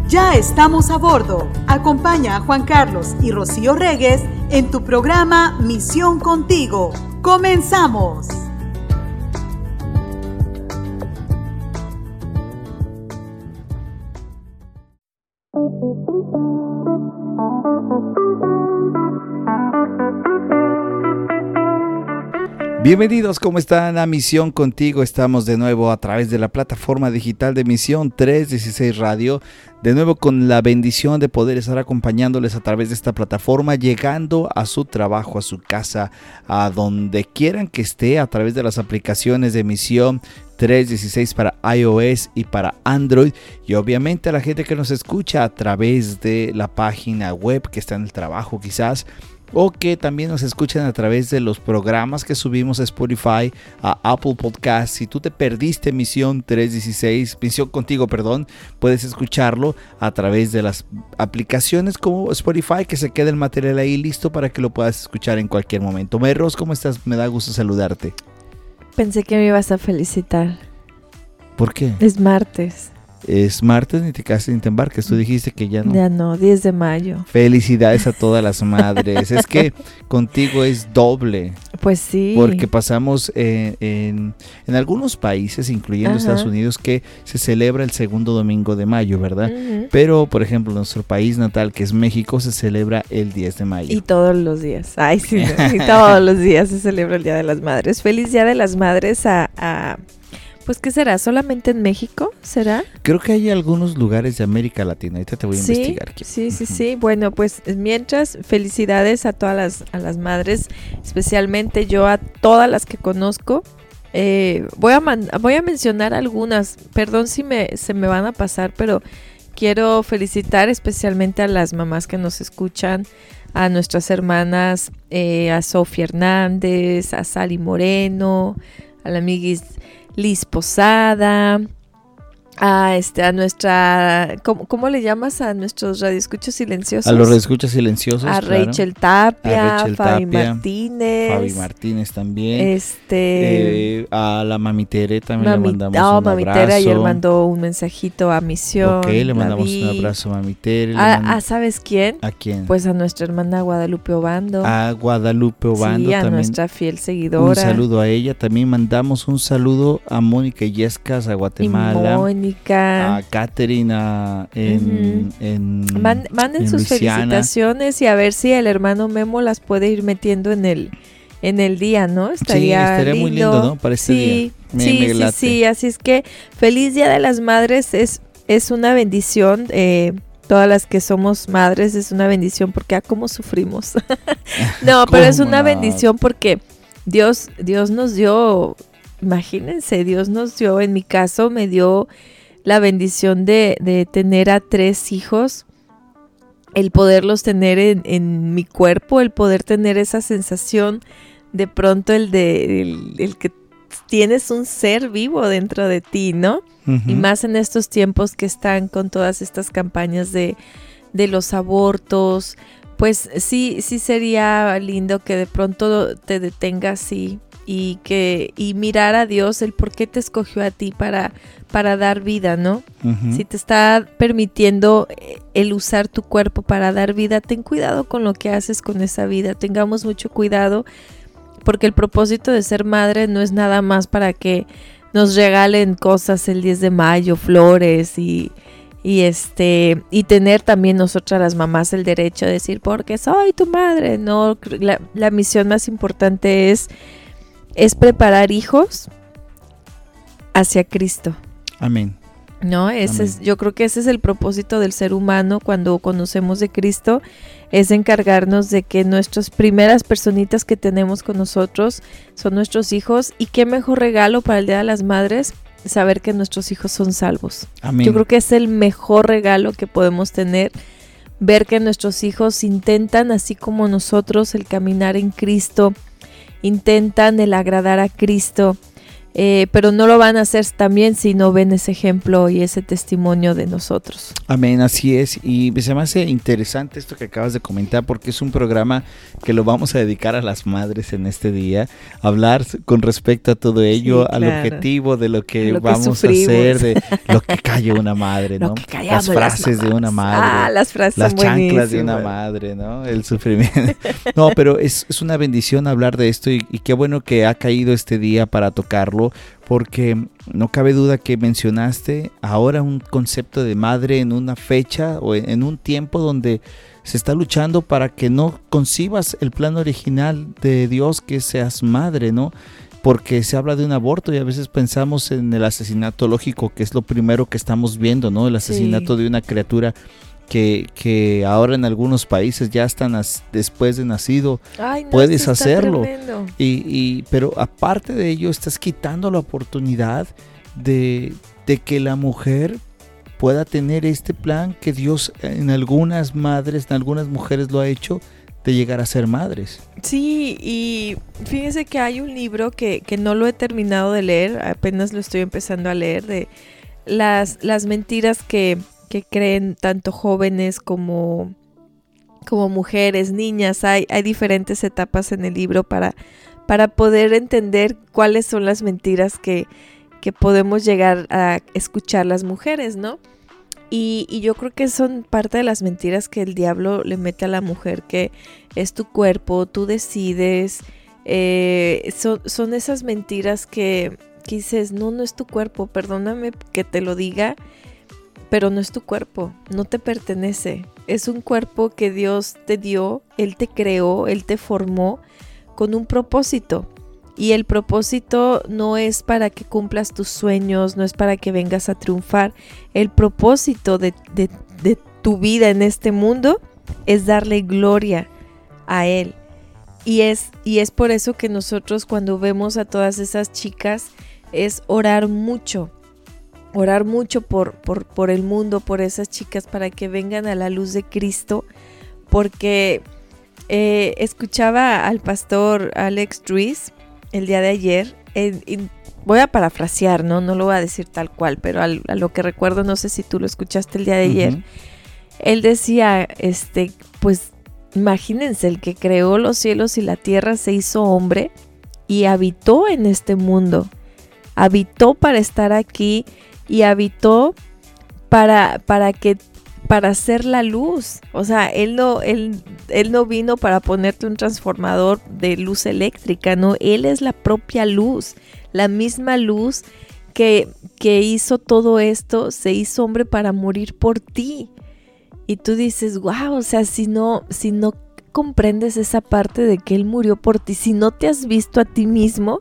Ya estamos a bordo. Acompaña a Juan Carlos y Rocío Regues en tu programa Misión Contigo. ¡Comenzamos! Bienvenidos, ¿cómo están? A Misión Contigo. Estamos de nuevo a través de la plataforma digital de Misión 316 Radio. De nuevo con la bendición de poder estar acompañándoles a través de esta plataforma, llegando a su trabajo, a su casa, a donde quieran que esté, a través de las aplicaciones de Misión 316 para iOS y para Android, y obviamente a la gente que nos escucha a través de la página web, que está en el trabajo quizás, o que también nos escuchan a través de los programas que subimos a Spotify, a Apple Podcasts. Si tú te perdiste Misión Contigo, puedes escucharlo a través de las aplicaciones como Spotify, que se queda el material ahí listo para que lo puedas escuchar en cualquier momento. Merros, ¿cómo estás? Me da gusto saludarte. Pensé que me ibas a felicitar. ¿Por qué? Es martes. Es martes, ni te cases ni te embarques. Tú dijiste que ya no. Ya no, 10 de mayo. Felicidades a todas las madres. Es que contigo es doble. Pues sí. Porque pasamos en algunos países, incluyendo Estados Unidos, que se celebra el segundo domingo de mayo, ¿verdad? Uh-huh. Pero, por ejemplo, en nuestro país natal, que es México, se celebra el 10 de mayo. Y todos los días. Ay, sí, y todos los días se celebra el Día de las Madres. Feliz Día de las Madres a pues, ¿qué será? ¿Solamente en México? ¿Será? Creo que hay algunos lugares de América Latina. Ahorita te voy a investigar. Sí. Bueno, pues mientras, felicidades a todas las madres, especialmente yo a todas las que conozco. Voy a mencionar algunas. Perdón si se me van a pasar, pero quiero felicitar especialmente a las mamás que nos escuchan, a nuestras hermanas, a Sofía Hernández, a Sally Moreno, a la amiguis Liz Posada, a nuestra, ¿cómo le llamas a nuestros radioescuchas silenciosos? A los radioescuchas silenciosos, a claro. Rachel Tapia, a Fabi Martínez también, a la Mami Tere también le mandamos un Mami abrazo. Tere ayer mandó un mensajito a Misión. Ok, le mandamos un abrazo a Mami Tere. ¿Sabes quién? ¿A quién? Pues a nuestra hermana Guadalupe Obando. A Guadalupe Obando, sí, a también nuestra fiel seguidora. Un saludo a ella. También mandamos un saludo a Mónica Yescas, a Guatemala. A Caterina manden sus felicitaciones y a ver si el hermano Memo las puede ir metiendo en el día, ¿no? Estaría lindo. Muy lindo, ¿no? Para este día. Sí, así es que feliz Día de las Madres, es una bendición. Todas las que somos madres es una bendición porque cómo sufrimos. No, pero es una bendición porque Dios nos dio, imagínense, Dios nos dio, en mi caso me dio la bendición de tener a 3 hijos, el poderlos tener en mi cuerpo, el poder tener esa sensación de pronto el que tienes un ser vivo dentro de ti, ¿no? Uh-huh. Y más en estos tiempos que están con todas estas campañas de los abortos, pues sí sería lindo que de pronto te detengas y mirar a Dios el por qué te escogió a ti para dar vida, ¿no? Uh-huh. Si te está permitiendo el usar tu cuerpo para dar vida, ten cuidado con lo que haces con esa vida. Tengamos mucho cuidado porque el propósito de ser madre no es nada más para que nos regalen cosas el 10 de mayo, flores y tener también nosotras las mamás el derecho de decir porque soy tu madre. No, la misión más importante es preparar hijos hacia Cristo. Amén. No, yo creo que ese es el propósito del ser humano cuando conocemos de Cristo, es encargarnos de que nuestras primeras personitas que tenemos con nosotros son nuestros hijos, y qué mejor regalo para el Día de las Madres, saber que nuestros hijos son salvos. Amén. Yo creo que es el mejor regalo que podemos tener, ver que nuestros hijos intentan, así como nosotros, el caminar en Cristo, intentan el agradar a Cristo, pero no lo van a hacer también si no ven ese ejemplo y ese testimonio de nosotros. Amén, así es. Y se me hace interesante esto que acabas de comentar, porque es un programa que lo vamos a dedicar a las madres en este día, hablar con respecto a todo ello, sí, claro, al objetivo de lo que vamos a hacer, de lo que calla una madre, ¿no? Las frases de una madre, las frases, las chanclas de una madre, ¿no? El sufrimiento. No, pero es una bendición hablar de esto y qué bueno que ha caído este día para tocarlo, porque no cabe duda que mencionaste ahora un concepto de madre en una fecha o en un tiempo donde se está luchando para que no concibas el plan original de Dios, que seas madre, ¿no? Porque se habla de un aborto y a veces pensamos en el asesinato lógico, que es lo primero que estamos viendo, ¿no? El asesinato de una criatura que ahora en algunos países ya están después de nacido. Ay, no, puedes hacerlo. Pero aparte de ello estás quitando la oportunidad de que la mujer pueda tener este plan que Dios en algunas madres, en algunas mujeres lo ha hecho, de llegar a ser madres. Sí, y fíjese que hay un libro que no lo he terminado de leer, apenas lo estoy empezando a leer, de las mentiras que creen tanto jóvenes como mujeres, niñas. Hay diferentes etapas en el libro para poder entender cuáles son las mentiras que podemos llegar a escuchar las mujeres, ¿no? Y yo creo que son parte de las mentiras que el diablo le mete a la mujer, que es tu cuerpo, tú decides. Son esas mentiras que dices, no es tu cuerpo, perdóname que te lo diga, pero no es tu cuerpo, no te pertenece. Es un cuerpo que Dios te dio, Él te creó, Él te formó con un propósito. Y el propósito no es para que cumplas tus sueños, no es para que vengas a triunfar. El propósito de tu vida en este mundo es darle gloria a Él. Y es por eso que nosotros, cuando vemos a todas esas chicas, es orar mucho por el mundo, por esas chicas, para que vengan a la luz de Cristo, porque escuchaba al pastor Alex Ruiz el día de ayer, voy a parafrasear, no lo voy a decir tal cual, pero a lo que recuerdo, no sé si tú lo escuchaste el día de ayer, él decía, pues imagínense, el que creó los cielos y la tierra se hizo hombre y habitó en este mundo, habitó para estar aquí y habitó para hacer la luz. O sea, él no vino para ponerte un transformador de luz eléctrica, no, Él es la propia luz, la misma luz que hizo todo esto, se hizo hombre para morir por ti. Y tú dices, wow, o sea, si no comprendes esa parte de que Él murió por ti, si no te has visto a ti mismo,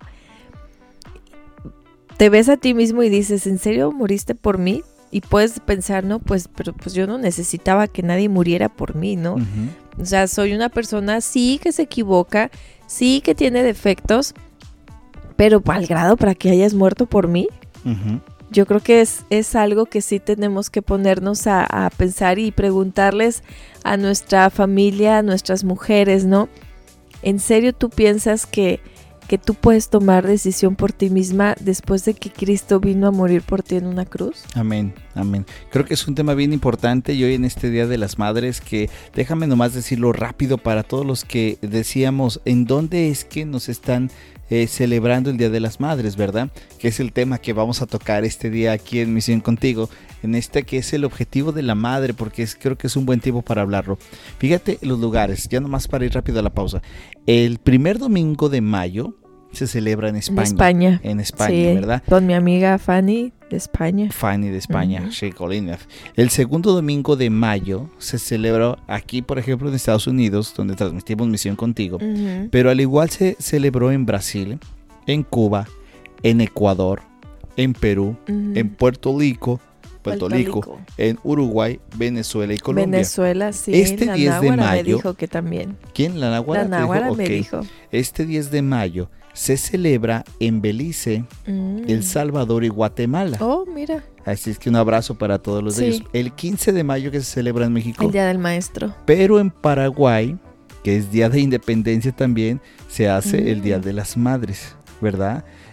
te ves a ti mismo y dices, ¿en serio moriste por mí? Y puedes pensar, no, pero yo no necesitaba que nadie muriera por mí, ¿no? O sea, soy una persona, sí, que se equivoca, sí, que tiene defectos, pero al grado para que hayas muerto por mí. Yo creo que es algo que sí tenemos que ponernos a pensar y preguntarles a nuestra familia, a nuestras mujeres, ¿no? ¿En serio tú piensas que tú puedes tomar decisión por ti misma después de que Cristo vino a morir por ti en una cruz? Amén, amén. Creo que es un tema bien importante y hoy en este Día de las Madres, que déjame nomás decirlo rápido para todos los que decíamos en dónde es que nos están celebrando el Día de las Madres, ¿verdad? Que es el tema que vamos a tocar este día aquí en Misión Contigo, en que es el objetivo de la madre, porque creo que es un buen tiempo para hablarlo. Fíjate los lugares, ya nomás para ir rápido a la pausa. El primer domingo de mayo se celebra en España. En España, sí, ¿verdad? Con mi amiga Fanny de España. Sí, Colina. El segundo domingo de mayo se celebra aquí, por ejemplo, en Estados Unidos, donde transmitimos Misión Contigo. Pero al igual se celebró en Brasil, en Cuba, en Ecuador, en Perú, en Puerto Rico, en Uruguay, Venezuela y Colombia. Venezuela, sí. Este 10 de mayo. Me dijo que también. ¿Quién? ¿La Náhuara? La Náhuara me dijo. Este 10 de mayo se celebra en Belice, El Salvador y Guatemala. Oh, mira. Así es que un abrazo para todos los de ellos. El 15 de mayo que se celebra en México. El Día del Maestro. Pero en Paraguay, que es Día de Independencia también, se hace el Día de las Madres, ¿verdad?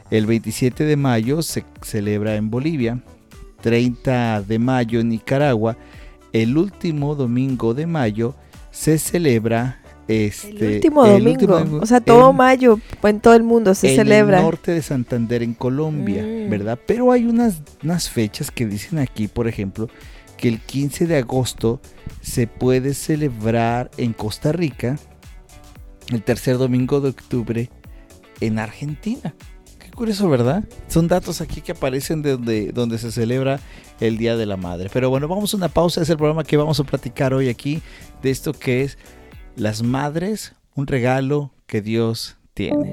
El 27 de mayo se celebra en Bolivia, 30 de mayo en Nicaragua, el último domingo de mayo se celebra el último domingo, o sea, todo mayo en todo el mundo se celebra. En el norte de Santander, en Colombia, ¿verdad? Pero hay unas fechas que dicen aquí, por ejemplo, que el 15 de agosto se puede celebrar en Costa Rica, el tercer domingo de octubre en Argentina. Qué curioso, ¿verdad? Son datos aquí que aparecen de donde se celebra el Día de la Madre. Pero bueno, vamos a una pausa. Es el programa que vamos a platicar hoy aquí de esto que es las madres, un regalo que Dios tiene.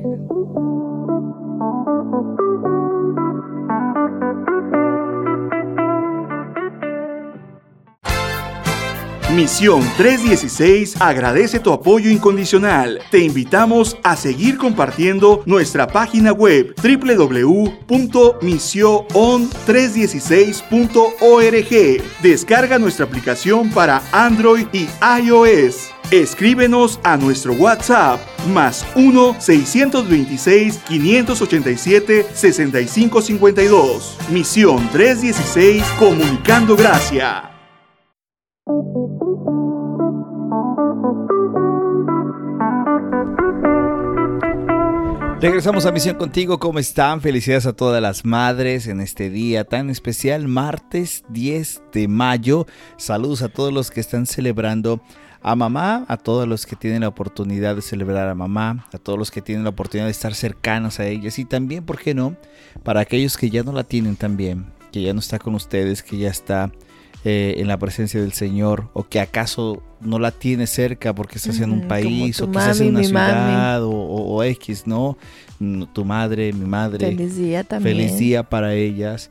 Misión 316 agradece tu apoyo incondicional. Te invitamos a seguir compartiendo nuestra página web www.mision316.org. Descarga nuestra aplicación para Android y iOS. Escríbenos a nuestro WhatsApp +1 626 587 6552. Misión 316, comunicando gracia. Regresamos a Misión Contigo. ¿Cómo están? Felicidades a todas las madres en este día tan especial, martes 10 de mayo. Saludos a todos los que están celebrando a mamá, a todos los que tienen la oportunidad de celebrar a mamá, a todos los que tienen la oportunidad de estar cercanos a ellas y también, ¿por qué no?, para aquellos que ya no la tienen también, que ya no está con ustedes, que ya está en la presencia del Señor, o que acaso no la tiene cerca porque estás en un país, o quizás en una ciudad, o X, ¿no? Tu madre, mi madre. Feliz día también. Feliz día para ellas.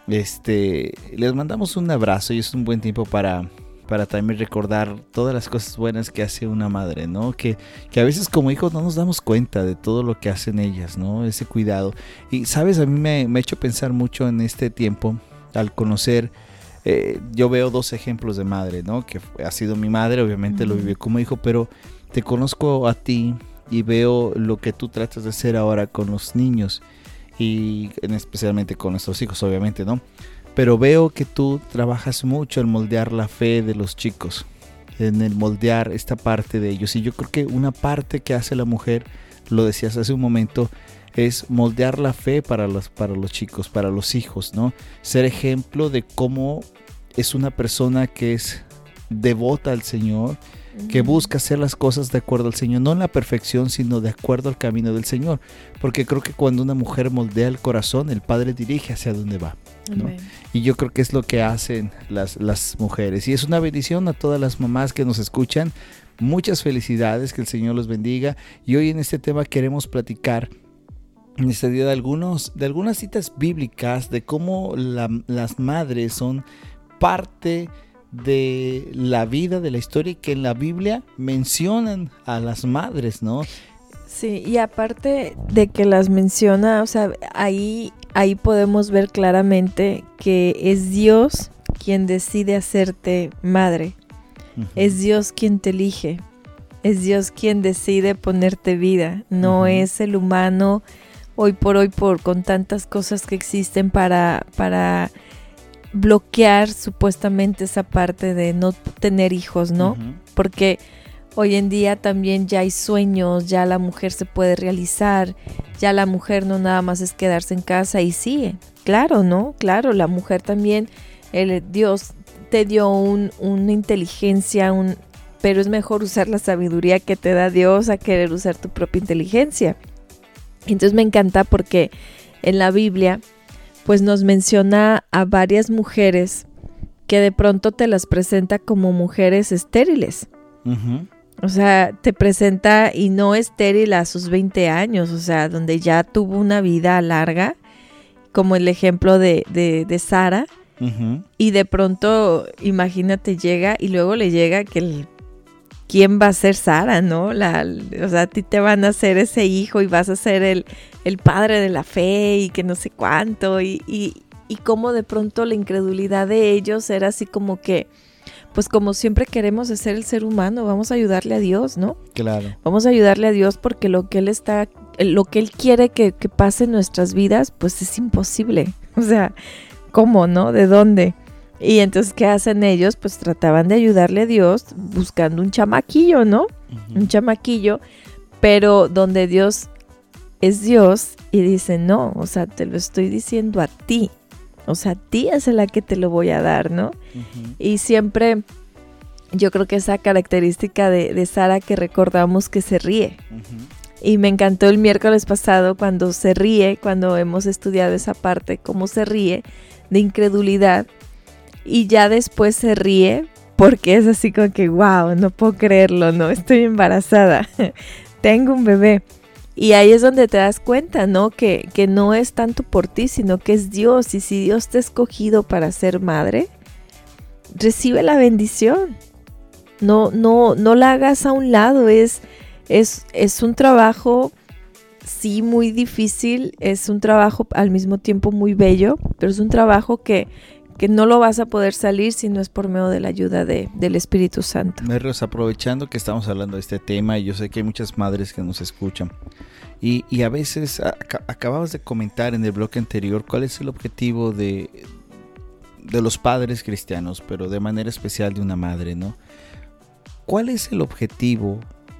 Les mandamos un abrazo y es un buen tiempo para también recordar todas las cosas buenas que hace una madre, ¿no? Que a veces como hijos no nos damos cuenta de todo lo que hacen ellas, ¿no? Ese cuidado. Y, ¿sabes? A mí me ha hecho pensar mucho en este tiempo al conocer. Yo veo dos ejemplos de madre, ¿no? Que ha sido mi madre, obviamente lo viví como hijo, pero te conozco a ti y veo lo que tú tratas de hacer ahora con los niños y especialmente con nuestros hijos, obviamente, ¿no? Pero veo que tú trabajas mucho en moldear la fe de los chicos, en el moldear esta parte de ellos. Y yo creo que una parte que hace la mujer, lo decías hace un momento, es moldear la fe para los chicos, para los hijos, ¿no? Ser ejemplo de cómo es una persona que es devota al Señor, que busca hacer las cosas de acuerdo al Señor, no en la perfección, sino de acuerdo al camino del Señor. Porque creo que cuando una mujer moldea el corazón, el Padre dirige hacia dónde va, ¿no? Y yo creo que es lo que hacen las mujeres. Y es una bendición a todas las mamás que nos escuchan. Muchas felicidades, que el Señor los bendiga. Y hoy en este tema queremos platicar en este día de algunas citas bíblicas de cómo las madres son parte de la vida, de la historia, y que en la Biblia mencionan a las madres, ¿no? Sí, y aparte de que las menciona, o sea, ahí podemos ver claramente que es Dios quien decide hacerte madre. Es Dios quien te elige. Es Dios quien decide ponerte vida. No es el humano hoy por hoy con tantas cosas que existen para bloquear supuestamente esa parte de no tener hijos, ¿no? Porque hoy en día también ya hay sueños, ya la mujer se puede realizar, ya la mujer no nada más es quedarse en casa y sí, claro, ¿no? Claro, la mujer también, Dios te dio una inteligencia, pero es mejor usar la sabiduría que te da Dios a querer usar tu propia inteligencia. Entonces me encanta porque en la Biblia pues nos menciona a varias mujeres que de pronto te las presenta como mujeres estériles. O sea, te presenta y no estéril a sus 20 años, o sea, donde ya tuvo una vida larga, como el ejemplo de Sara. Y de pronto, imagínate, llega y luego le llega que ¿quién va a ser Sara, no? O sea, a ti te van a hacer ese hijo y vas a ser el padre de la fe y que no sé cuánto. Y cómo de pronto la incredulidad de ellos era así como que, pues como siempre queremos hacer el ser humano, vamos a ayudarle a Dios, ¿no? Claro. Vamos a ayudarle a Dios porque lo que Él está lo que Él quiere que pase en nuestras vidas, pues es imposible. O sea, ¿cómo, no? ¿De dónde? Y entonces, ¿qué hacen ellos? Pues trataban de ayudarle a Dios buscando un chamaquillo, ¿no? Uh-huh. Un chamaquillo, pero donde Dios es Dios y dice, no, o sea, te lo estoy diciendo a ti. O sea, a ti es la que te lo voy a dar, ¿no? Uh-huh. Y siempre, yo creo que esa característica de Sara que recordamos que se ríe. Uh-huh. Y me encantó el miércoles pasado cuando se ríe, cuando hemos estudiado esa parte, cómo se ríe de incredulidad. Y ya después se ríe porque es así como que, wow, no puedo creerlo, no, estoy embarazada, tengo un bebé. Y ahí es donde te das cuenta, ¿no? Que no es tanto por ti, sino que es Dios. Y si Dios te ha escogido para ser madre, recibe la bendición. No la hagas a un lado. Es un trabajo, sí, muy difícil. Es un trabajo al mismo tiempo muy bello, pero es un trabajo que no lo vas a poder salir si no es por medio de la ayuda del Espíritu Santo. Merlos, aprovechando que estamos hablando de este tema, y yo sé que hay muchas madres que nos escuchan, y a veces acababas de comentar en el bloque anterior cuál es el objetivo de los padres cristianos, pero de manera especial de una madre, ¿no? ¿Cuál es el objetivo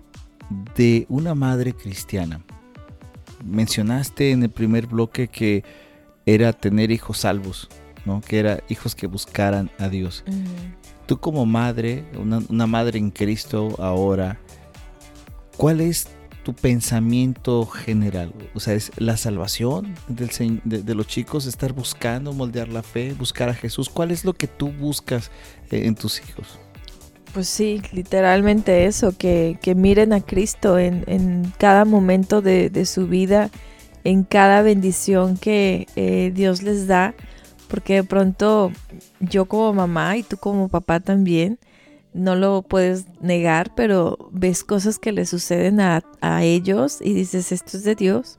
de una madre cristiana? Mencionaste en el primer bloque que era tener hijos salvos, ¿no? Que eran hijos que buscaran a Dios. Uh-huh. Tú como madre, una madre en Cristo ahora, ¿cuál es tu pensamiento general? O sea, ¿es la salvación de los chicos? ¿Estar buscando moldear la fe? ¿Buscar a Jesús? ¿Cuál es lo que tú buscas en tus hijos? Pues sí, literalmente eso, que miren a Cristo en cada momento de su vida, en cada bendición que Dios les da. Porque de pronto yo como mamá y tú como papá también, no lo puedes negar, pero ves cosas que le suceden a ellos y dices, esto es de Dios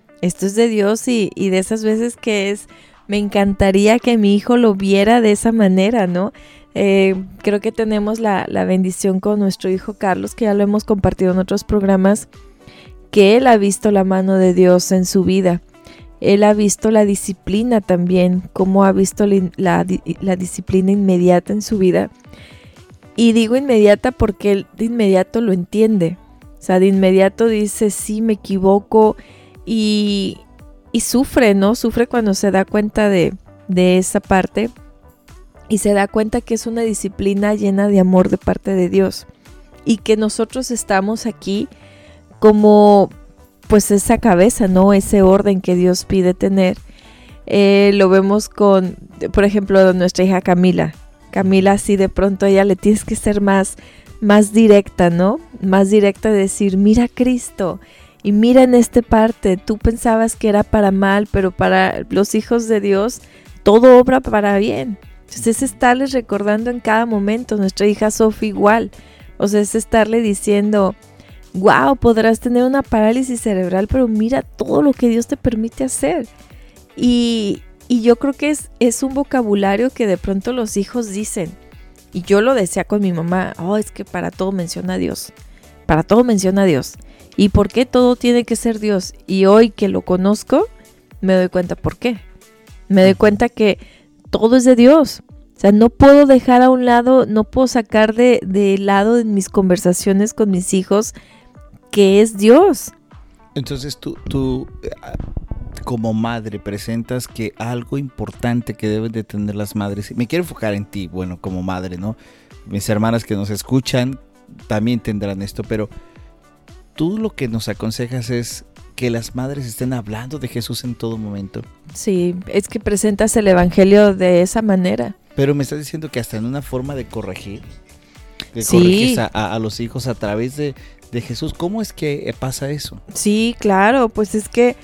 y de esas veces que me encantaría que mi hijo lo viera de esa manera, ¿no? Creo que tenemos la bendición con nuestro hijo Carlos, que ya lo hemos compartido en otros programas, que él ha visto la mano de Dios en su vida. Él ha visto la disciplina también, cómo ha visto la disciplina inmediata en su vida. Y digo inmediata porque él de inmediato lo entiende. O sea, de inmediato dice, sí, me equivoco. Y sufre, ¿no? Sufre cuando se da cuenta de esa parte. Y se da cuenta que es una disciplina llena de amor de parte de Dios. Y que nosotros estamos aquí como pues esa cabeza, ¿no? Ese orden que Dios pide tener. Lo vemos con, por ejemplo, nuestra hija Camila. Camila, sí, de pronto a ella le tienes que ser más directa, ¿no? Más directa de decir, mira a Cristo y mira en esta parte. Tú pensabas que era para mal, pero para los hijos de Dios todo obra para bien. Entonces es estarles recordando en cada momento. Nuestra hija Sofía igual. O sea, es estarle diciendo, wow, podrás tener una parálisis cerebral, pero mira todo lo que Dios te permite hacer. Y yo creo que es un vocabulario que de pronto los hijos dicen. Y yo lo decía con mi mamá, es que para todo menciona a Dios. Para todo menciona a Dios. ¿Y por qué todo tiene que ser Dios? Y hoy que lo conozco, me doy cuenta por qué. Me doy cuenta que todo es de Dios. O sea, no puedo dejar a un lado, no puedo sacar de lado en mis conversaciones con mis hijos que es Dios. Entonces tú como madre presentas que algo importante que deben de tener las madres, me quiero enfocar en ti, bueno, como madre, ¿no? Mis hermanas que nos escuchan también tendrán esto, pero tú lo que nos aconsejas es que las madres estén hablando de Jesús en todo momento. Sí, es que presentas el evangelio de esa manera. Pero me estás diciendo que hasta en una forma de corregir, que sí, corriges a los hijos a través de Jesús. ¿Cómo es que pasa eso? Sí, claro, pues es que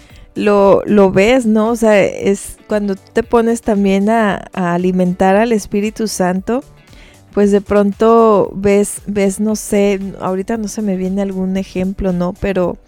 lo ves, ¿no? O sea, es cuando tú te pones también a alimentar al Espíritu Santo, pues de pronto ves, no sé, ahorita no se me viene algún ejemplo, ¿no? Pero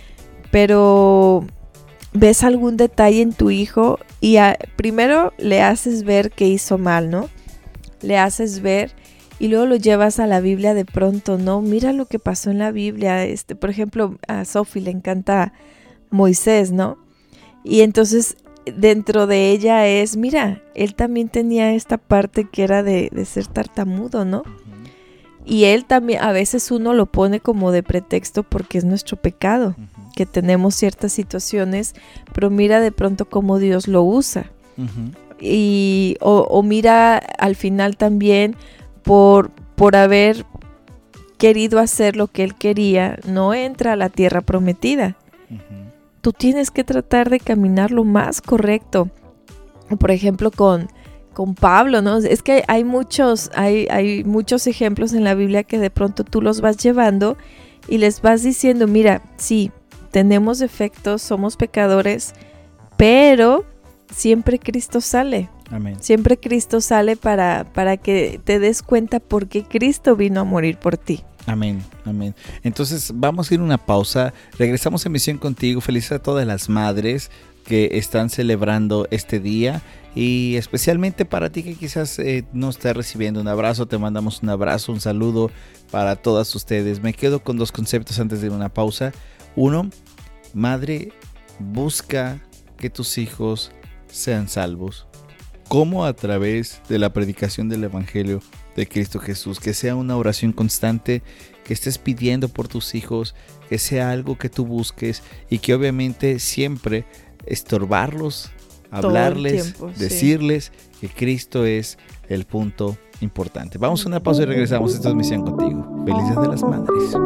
ves algún detalle en tu hijo y primero le haces ver que hizo mal, ¿no? Le haces ver y luego lo llevas a la Biblia de pronto, ¿no? Mira lo que pasó en la Biblia. Por ejemplo, a Sophie le encanta Moisés, ¿no? Y entonces dentro de ella es, mira, él también tenía esta parte que era de ser tartamudo, ¿no? Y él también, a veces uno lo pone como de pretexto porque es nuestro pecado, que tenemos ciertas situaciones, pero mira de pronto cómo Dios lo usa. Y o mira al final también por haber querido hacer lo que él quería, no entra a la tierra prometida. Tú tienes que tratar de caminar lo más correcto. Por ejemplo, con Pablo, ¿no? Es que hay muchos ejemplos en la Biblia que de pronto tú los vas llevando y les vas diciendo, mira, sí, tenemos defectos, somos pecadores, pero siempre Cristo sale. Amén. Siempre Cristo sale para que te des cuenta por qué Cristo vino a morir por ti. Amén, amén. Entonces vamos a ir a una pausa. Regresamos a Misión Contigo. Felices a todas las madres que están celebrando este día. Y especialmente para ti que quizás no estás recibiendo un abrazo, te mandamos un abrazo, un saludo para todas ustedes. Me quedo con 2 conceptos antes de ir a una pausa. 1, madre, busca que tus hijos sean salvos. ¿Cómo? A través de la predicación del Evangelio de Cristo Jesús. Que sea una oración constante, que estés pidiendo por tus hijos, que sea algo que tú busques y que obviamente siempre estorbarlos, hablarles, tiempo, decirles que Cristo es el punto importante. Vamos a una pausa y regresamos. Esta es Misión Contigo. Feliz Día de las Madres.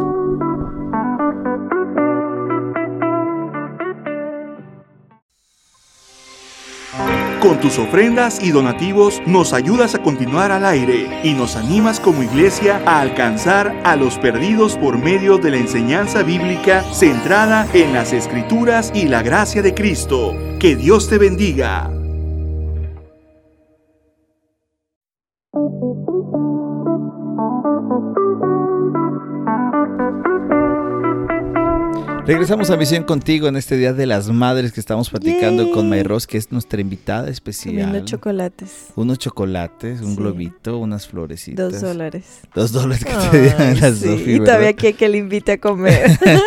Con tus ofrendas y donativos nos ayudas a continuar al aire y nos animas como iglesia a alcanzar a los perdidos por medio de la enseñanza bíblica centrada en las Escrituras y la gracia de Cristo. Que Dios te bendiga. Regresamos a Misión Contigo en este Día de las Madres que estamos platicando con Mayros, que es nuestra invitada especial. Comiendo chocolates. Unos chocolates, un globito, unas florecitas. $2. $2 que te dieron las Sofi, y todavía quiere que le invite a comer.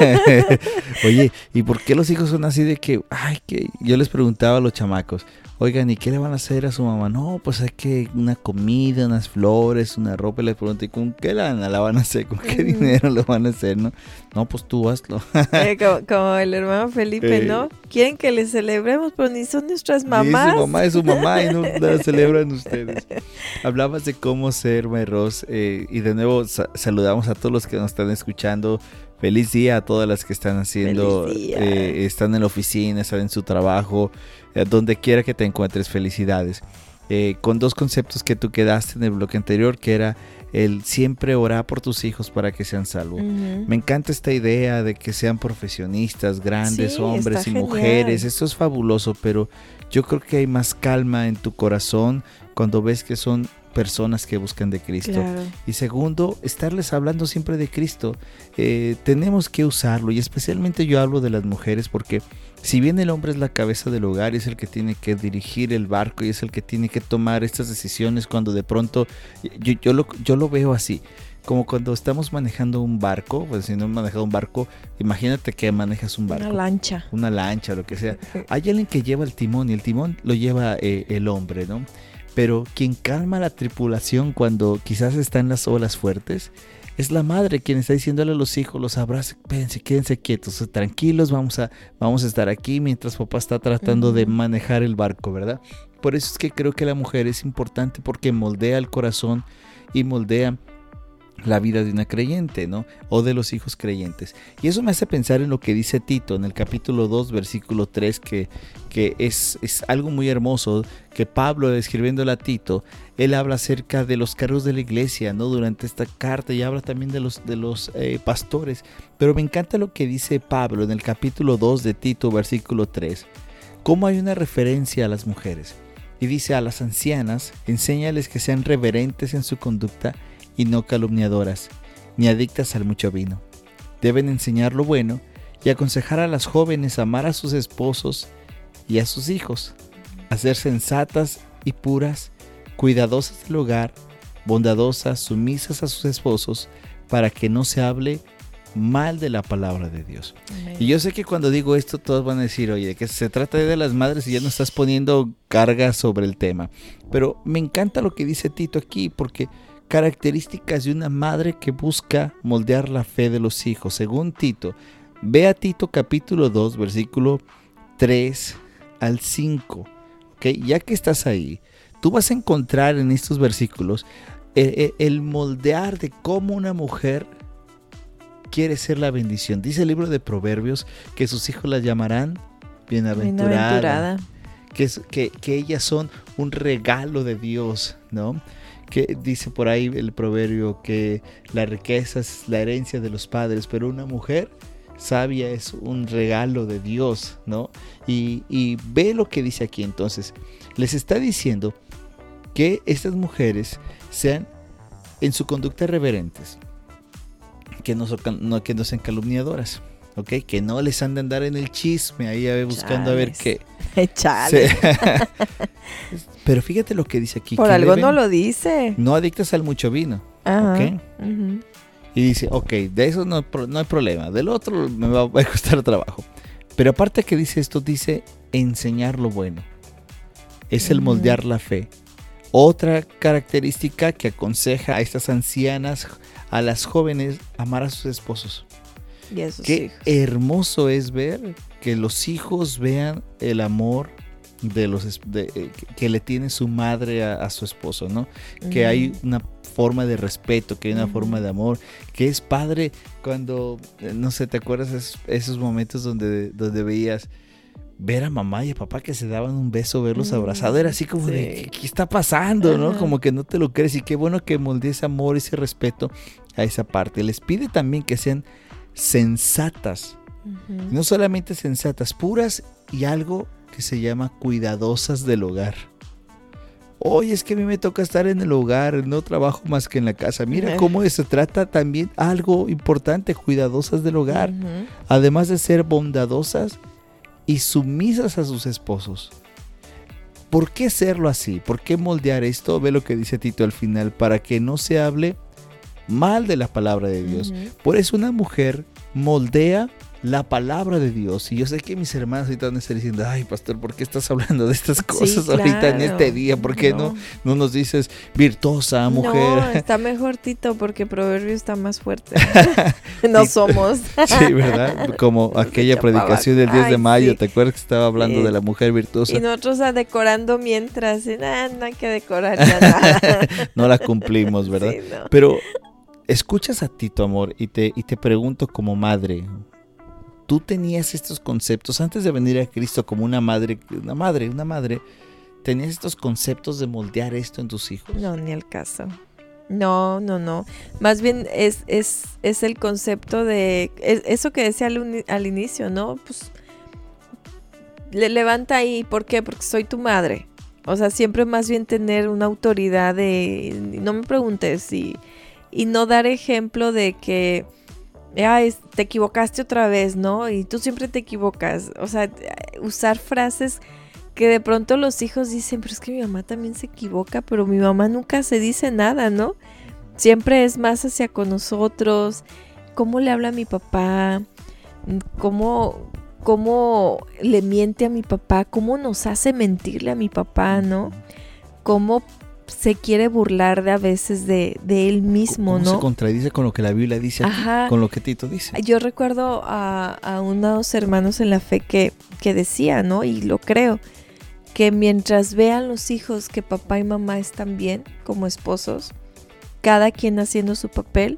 Oye, ¿y por qué los hijos son así de que, que yo les preguntaba a los chamacos, oigan, ¿y qué le van a hacer a su mamá? No, pues hay que una comida, unas flores, una ropa. Y les pregunté, ¿con qué la van a hacer? ¿Con qué dinero lo van a hacer? No, pues tú hazlo. Como el hermano Felipe, ¿no? Quieren que les celebremos, pero ni son nuestras mamás. Sí, su mamá es su mamá y no la celebran ustedes. Hablabas de cómo ser, Mayros, y de nuevo saludamos a todos los que nos están escuchando. Feliz día a todas las que están haciendo, están en la oficina, están en su trabajo, donde quiera que te encuentres, felicidades. Con 2 conceptos que tú quedaste en el bloque anterior, que era el siempre orar por tus hijos para que sean salvos. Me encanta esta idea de que sean profesionistas, grandes, hombres y mujeres. Esto es fabuloso, pero yo creo que hay más calma en tu corazón cuando ves que son personas que buscan de Cristo. Claro. Y segundo, estarles hablando siempre de Cristo. Tenemos que usarlo, y especialmente yo hablo de las mujeres, porque si bien el hombre es la cabeza del hogar, es el que tiene que dirigir el barco y es el que tiene que tomar estas decisiones cuando de pronto, yo lo veo así, como cuando estamos manejando un barco. Pues si no has manejado un barco, imagínate que manejas un barco. Una lancha, lo que sea. Hay alguien que lleva el timón y el timón lo lleva el hombre, ¿no? Pero quien calma la tripulación cuando quizás están las olas fuertes es la madre, quien está diciéndole a los hijos, los abraza, espérense, quédense quietos, tranquilos, vamos a estar aquí mientras papá está tratando de manejar el barco, ¿verdad? Por eso es que creo que la mujer es importante, porque moldea el corazón y moldea la vida de una creyente, ¿no? O de los hijos creyentes. Y eso me hace pensar en lo que dice Tito en el capítulo 2, versículo 3, que es algo muy hermoso, que Pablo, escribiéndole a Tito, él habla acerca de los cargos de la iglesia, ¿no? Durante esta carta, y habla también de los pastores. Pero me encanta lo que dice Pablo en el capítulo 2 de Tito, versículo 3. Cómo hay una referencia a las mujeres. Y dice: a las ancianas, enséñales que sean reverentes en su conducta y no calumniadoras, ni adictas al mucho vino. Deben enseñar lo bueno y aconsejar a las jóvenes a amar a sus esposos y a sus hijos, a ser sensatas y puras, cuidadosas del hogar, bondadosas, sumisas a sus esposos, para que no se hable mal de la palabra de Dios. Amén. Y yo sé que cuando digo esto todos van a decir, oye, que se trata de las madres y ya no estás poniendo carga sobre el tema. Pero me encanta lo que dice Tito aquí, porque características de una madre que busca moldear la fe de los hijos. Según Tito, ve a Tito capítulo 2, versículo 3 al 5. ¿Okay? Ya que estás ahí, tú vas a encontrar en estos versículos el moldear de cómo una mujer quiere ser la bendición. Dice el libro de Proverbios que sus hijos la llamarán bienaventurada. Que ellas son un regalo de Dios, ¿no? Que dice por ahí el proverbio que la riqueza es la herencia de los padres, pero una mujer sabia es un regalo de Dios, ¿no? Y ve lo que dice aquí. Entonces, les está diciendo que estas mujeres sean en su conducta reverentes, que no sean calumniadoras, ¿ok? Que no les han de andar en el chisme ahí buscando a ver qué. Chales. Sí. Pero fíjate lo que dice aquí. Por algo no lo dice. No adictas al mucho vino. Ajá. ¿Ok? Uh-huh. Y dice, ok, de eso no hay problema. Del otro me va a costar trabajo. Pero aparte que dice esto, dice enseñar lo bueno. Es el moldear la fe. Otra característica que aconseja a estas ancianas, a las jóvenes, amar a sus esposos. Y a sus Qué hijos. hermoso es ver que los hijos vean el amor que le tiene su madre a su esposo, ¿no? Que hay una forma de respeto, que hay una forma de amor, que es padre cuando, no sé, ¿te acuerdas esos momentos donde veías ver a mamá y a papá que se daban un beso, verlos abrazados? Era así como de, ¿qué está pasando? ¿No? Como que no te lo crees. Y qué bueno que moldee ese amor, ese respeto a esa parte. Les pide también que sean sensatas, no solamente sensatas, puras, y algo que se llama cuidadosas del hogar. Oye, es que a mí me toca estar en el hogar, no trabajo más que en la casa. Mira cómo se trata también algo importante, cuidadosas del hogar. Además de ser bondadosas y sumisas a sus esposos. ¿Por qué serlo así? ¿Por qué moldear esto? Ve lo que dice Tito al final, para que no se hable mal de la palabra de Dios. Por eso una mujer moldea la palabra de Dios. Y yo sé que mis hermanos ahorita van a estar diciendo, ay, pastor, ¿por qué estás hablando de estas cosas ahorita en este día? ¿Por qué no nos dices virtuosa mujer? No, está mejor Tito, porque Proverbio está más fuerte. No somos. Sí, ¿verdad? Como aquella predicación del 10 de mayo, sí. ¿Te acuerdas que estaba hablando de la mujer virtuosa? Y nosotros decorando mientras, no hay que decorar ya nada. No la cumplimos, ¿verdad? Sí, no. Pero escuchas a Tito, amor, y te pregunto como madre, ¿tú tenías estos conceptos antes de venir a Cristo como una madre? ¿Tenías estos conceptos de moldear esto en tus hijos? No, ni al caso. No. Más bien es el concepto de eso que decía al inicio, ¿no? Pues levanta ahí. ¿Por qué? Porque soy tu madre. O sea, siempre más bien tener una autoridad de no me preguntes y no dar ejemplo de que te equivocaste otra vez, ¿no? Y tú siempre te equivocas. O sea, usar frases que de pronto los hijos dicen, pero es que mi mamá también se equivoca, pero mi mamá nunca se dice nada, ¿no? Siempre es más hacia con nosotros. ¿Cómo le habla a mi papá? ¿Cómo le miente a mi papá? ¿Cómo nos hace mentirle a mi papá, no? ¿Cómo se quiere burlar a veces de él mismo, ¿Cómo ¿no? Se contradice con lo que la Biblia dice aquí, con lo que Tito dice. Yo recuerdo a unos hermanos en la fe que decía, ¿no? Y lo creo, que mientras vean los hijos que papá y mamá están bien como esposos, cada quien haciendo su papel,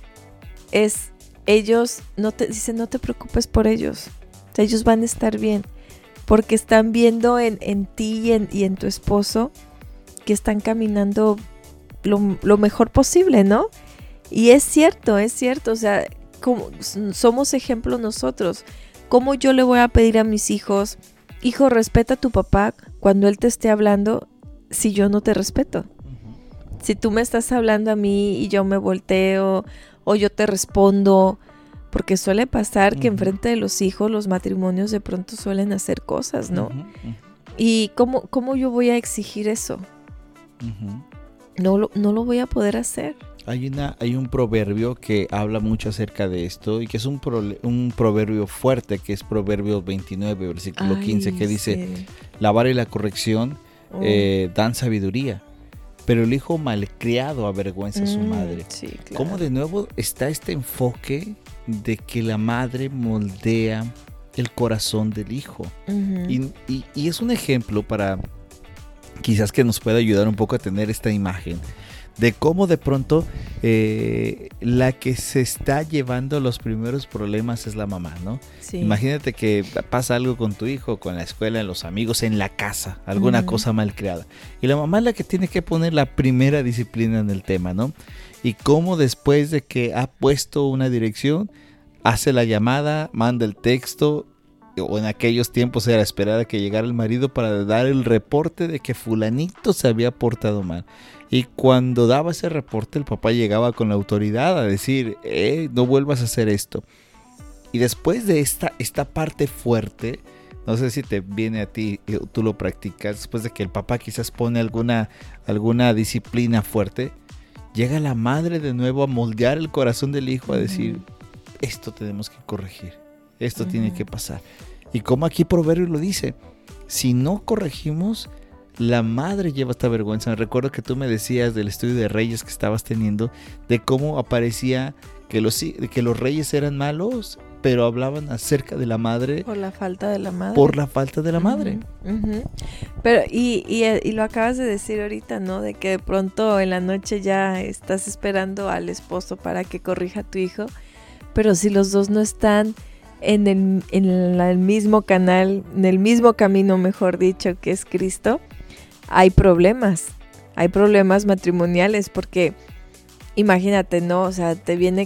ellos no te preocupes por ellos. O sea, ellos van a estar bien, porque están viendo en ti y en tu esposo que están caminando lo mejor posible, ¿no? Y es cierto, o sea, como somos ejemplo nosotros. ¿Cómo yo le voy a pedir a mis hijos, hijo, respeta a tu papá cuando él te esté hablando si yo no te respeto? Si tú me estás hablando a mí y yo me volteo o yo te respondo, porque suele pasar que enfrente de los hijos los matrimonios de pronto suelen hacer cosas, ¿no? ¿Y cómo yo voy a exigir eso? No lo voy a poder hacer. Hay un proverbio que habla mucho acerca de esto y que es un proverbio fuerte, que es Proverbios 29, versículo 15, que dice, sí. la vara y la corrección dan sabiduría, pero el hijo malcriado avergüenza a su madre. Sí, claro. ¿Cómo de nuevo está este enfoque de que la madre moldea el corazón del hijo? Y es un ejemplo para quizás que nos pueda ayudar un poco a tener esta imagen de cómo de pronto la que se está llevando los primeros problemas es la mamá, ¿no? Sí. Imagínate que pasa algo con tu hijo, con la escuela, en los amigos, en la casa, alguna cosa mal creada. Y la mamá es la que tiene que poner la primera disciplina en el tema, ¿no? Y cómo después de que ha puesto una dirección, hace la llamada, manda el texto, o en aquellos tiempos era esperar a que llegara el marido para dar el reporte de que fulanito se había portado mal. Y cuando daba ese reporte, el papá llegaba con la autoridad a decir, no vuelvas a hacer esto. Y después de esta parte fuerte, no sé si te viene a ti, tú lo practicas, después de que el papá quizás pone alguna disciplina fuerte, llega la madre de nuevo a moldear el corazón del hijo, a decir, esto tenemos que corregir, esto tiene que pasar. Y como aquí Proverbio lo dice, si no corregimos, la madre lleva esta vergüenza. Me recuerdo que tú me decías del estudio de reyes que estabas teniendo, de cómo aparecía que los reyes eran malos, pero hablaban acerca de la madre. Por la falta de la madre. Por la falta de la madre. Pero, y lo acabas de decir ahorita, ¿no? De que de pronto en la noche ya estás esperando al esposo para que corrija a tu hijo, pero si los dos no están en el mismo canal, en el mismo camino, mejor dicho, que es Cristo, hay problemas matrimoniales, porque imagínate, ¿no? O sea, te vengo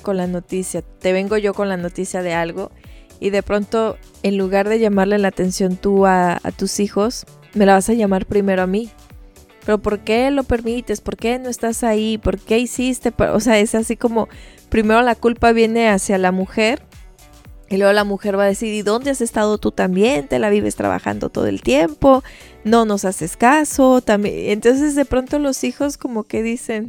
yo con la noticia de algo, y de pronto, en lugar de llamarle la atención tú a tus hijos, me la vas a llamar primero a mí. ¿Pero por qué lo permites? ¿Por qué no estás ahí? ¿Por qué hiciste? O sea, es así como, primero la culpa viene hacia la mujer, y luego la mujer va a decir, ¿y dónde has estado tú también? Te la vives trabajando todo el tiempo, no nos haces caso. También. Entonces de pronto los hijos como que dicen,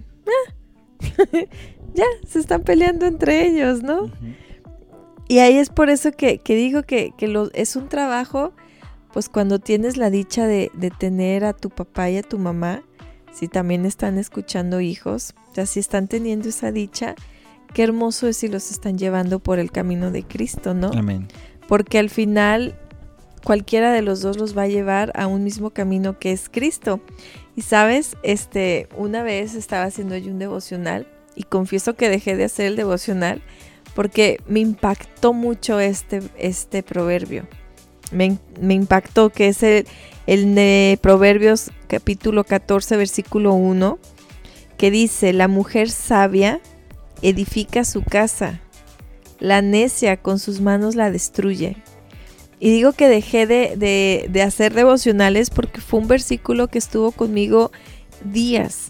ya, se están peleando entre ellos, ¿no? Y ahí es por eso que digo que es un trabajo, pues cuando tienes la dicha de tener a tu papá y a tu mamá, si también están escuchando hijos, o sea, si están teniendo esa dicha, qué hermoso es si los están llevando por el camino de Cristo, ¿no? Amén. Porque al final cualquiera de los dos los va a llevar a un mismo camino que es Cristo. Y sabes, una vez estaba haciendo yo un devocional y confieso que dejé de hacer el devocional porque me impactó mucho este proverbio. Me impactó, que es el de Proverbios capítulo 14 versículo 1, que dice, la mujer sabia edifica su casa, la necia con sus manos la destruye. Y digo que dejé de hacer devocionales porque fue un versículo que estuvo conmigo días,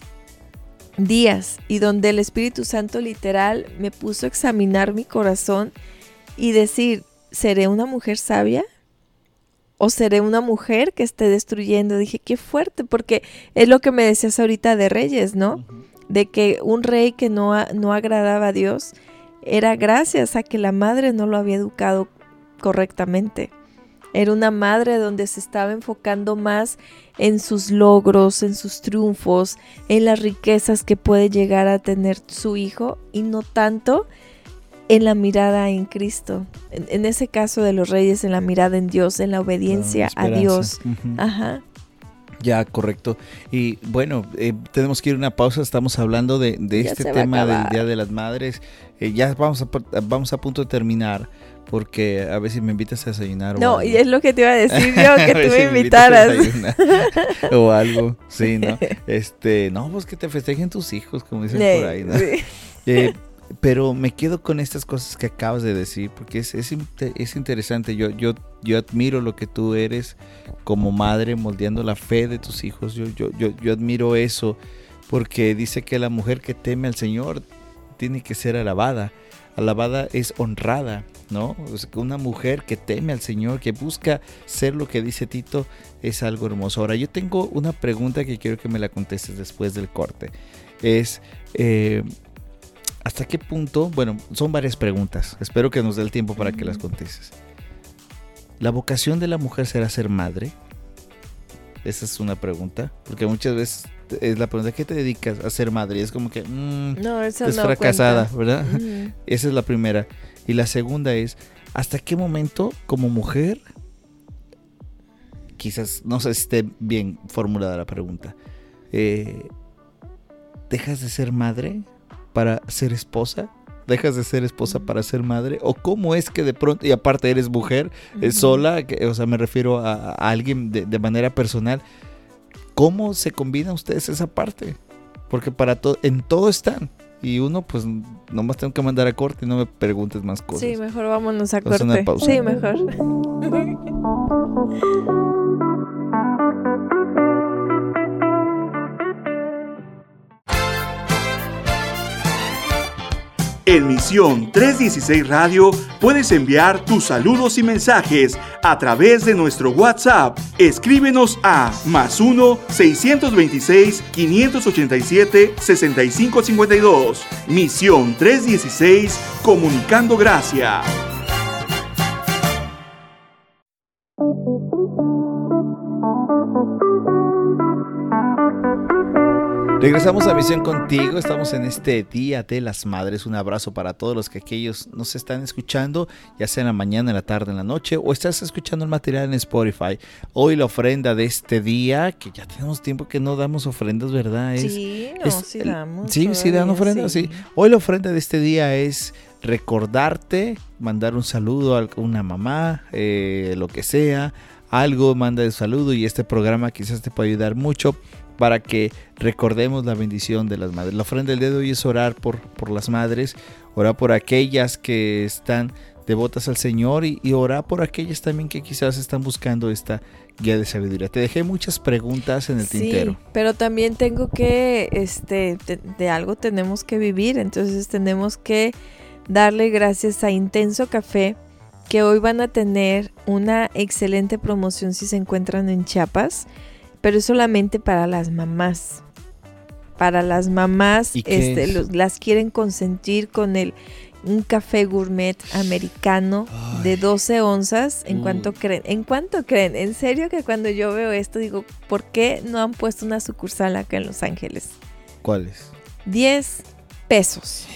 y donde el Espíritu Santo literal me puso a examinar mi corazón y decir, ¿seré una mujer sabia? ¿O seré una mujer que esté destruyendo? Dije, qué fuerte, porque es lo que me decías ahorita de Reyes, ¿no? De que un rey que no agradaba a Dios era gracias a que la madre no lo había educado correctamente. Era una madre donde se estaba enfocando más en sus logros, en sus triunfos, en las riquezas que puede llegar a tener su hijo, y no tanto en la mirada en Cristo. En ese caso de los reyes, en la mirada en Dios, en la obediencia a Dios. Ajá. Ya, correcto. Y bueno, tenemos que ir a una pausa. Estamos hablando de este tema del Día de las Madres. Ya vamos a punto de terminar, porque a ver si me invitas a desayunar. No, o algo. y es lo que te iba a decir yo, que tú me invitaras. O algo, sí, ¿no? No, pues que te festejen tus hijos, como dicen por ahí, ¿no? Sí. Pero me quedo con estas cosas que acabas de decir, porque es interesante. Yo admiro lo que tú eres como madre, moldeando la fe de tus hijos. Yo admiro eso, porque dice que la mujer que teme al Señor tiene que ser alabada. Alabada es honrada, ¿no? Una mujer que teme al Señor, que busca ser lo que dice Tito, es algo hermoso. Ahora, yo tengo una pregunta que quiero que me la contestes después del corte. Es... ¿hasta qué punto? Bueno, son varias preguntas. Espero que nos dé el tiempo para que las contestes. ¿La vocación de la mujer será ser madre? Esa es una pregunta. Porque muchas veces es la pregunta, ¿qué te dedicas a ser madre? Y es como que, no, eso es no fracasada, cuenta. ¿verdad? Esa es la primera. Y la segunda es, ¿hasta qué momento como mujer, quizás, no sé si esté bien formulada la pregunta, dejas de ser madre para ser esposa? ¿Dejas de ser esposa para ser madre? ¿O cómo es que de pronto, y aparte eres mujer, sola, o sea, me refiero a alguien de manera personal, ¿cómo se combinan ustedes esa parte? Porque en todo están. Y uno, pues, nomás tengo que mandar a corte y no me preguntes más cosas. Sí, mejor vámonos a Vamos a corte. una pausa. Sí, mejor. En Misión 316 Radio puedes enviar tus saludos y mensajes a través de nuestro WhatsApp. Escríbenos a +1 626 587 6552. Misión 316, comunicando gracia. Regresamos a Misión Contigo, estamos en este Día de las Madres. Un abrazo para todos los que aquellos nos están escuchando, ya sea en la mañana, en la tarde, en la noche, o estás escuchando el material en Spotify. Hoy la ofrenda de este día, que ya tenemos tiempo que no damos ofrendas, ¿verdad? Sí damos. Sí dan ofrendas, sí. Hoy la ofrenda de este día es recordarte, mandar un saludo a una mamá, lo que sea, algo, manda el saludo, y este programa quizás te pueda ayudar mucho para que recordemos la bendición de las madres. La ofrenda del día de hoy es orar por las madres, orar por aquellas que están devotas al Señor y orar por aquellas también que quizás están buscando esta guía de sabiduría. Te dejé muchas preguntas en el tintero. Pero también tengo que, de algo tenemos que vivir, entonces tenemos que darle gracias a Intenso Café, que hoy van a tener una excelente promoción si se encuentran en Chiapas. Pero es solamente para las mamás. Para las mamás, las quieren consentir con un café gourmet americano de 12 onzas. ¿En cuánto creen? ¿En cuánto creen? En serio que cuando yo veo esto digo, ¿por qué no han puesto una sucursal acá en Los Ángeles? ¿Cuáles? 10 pesos.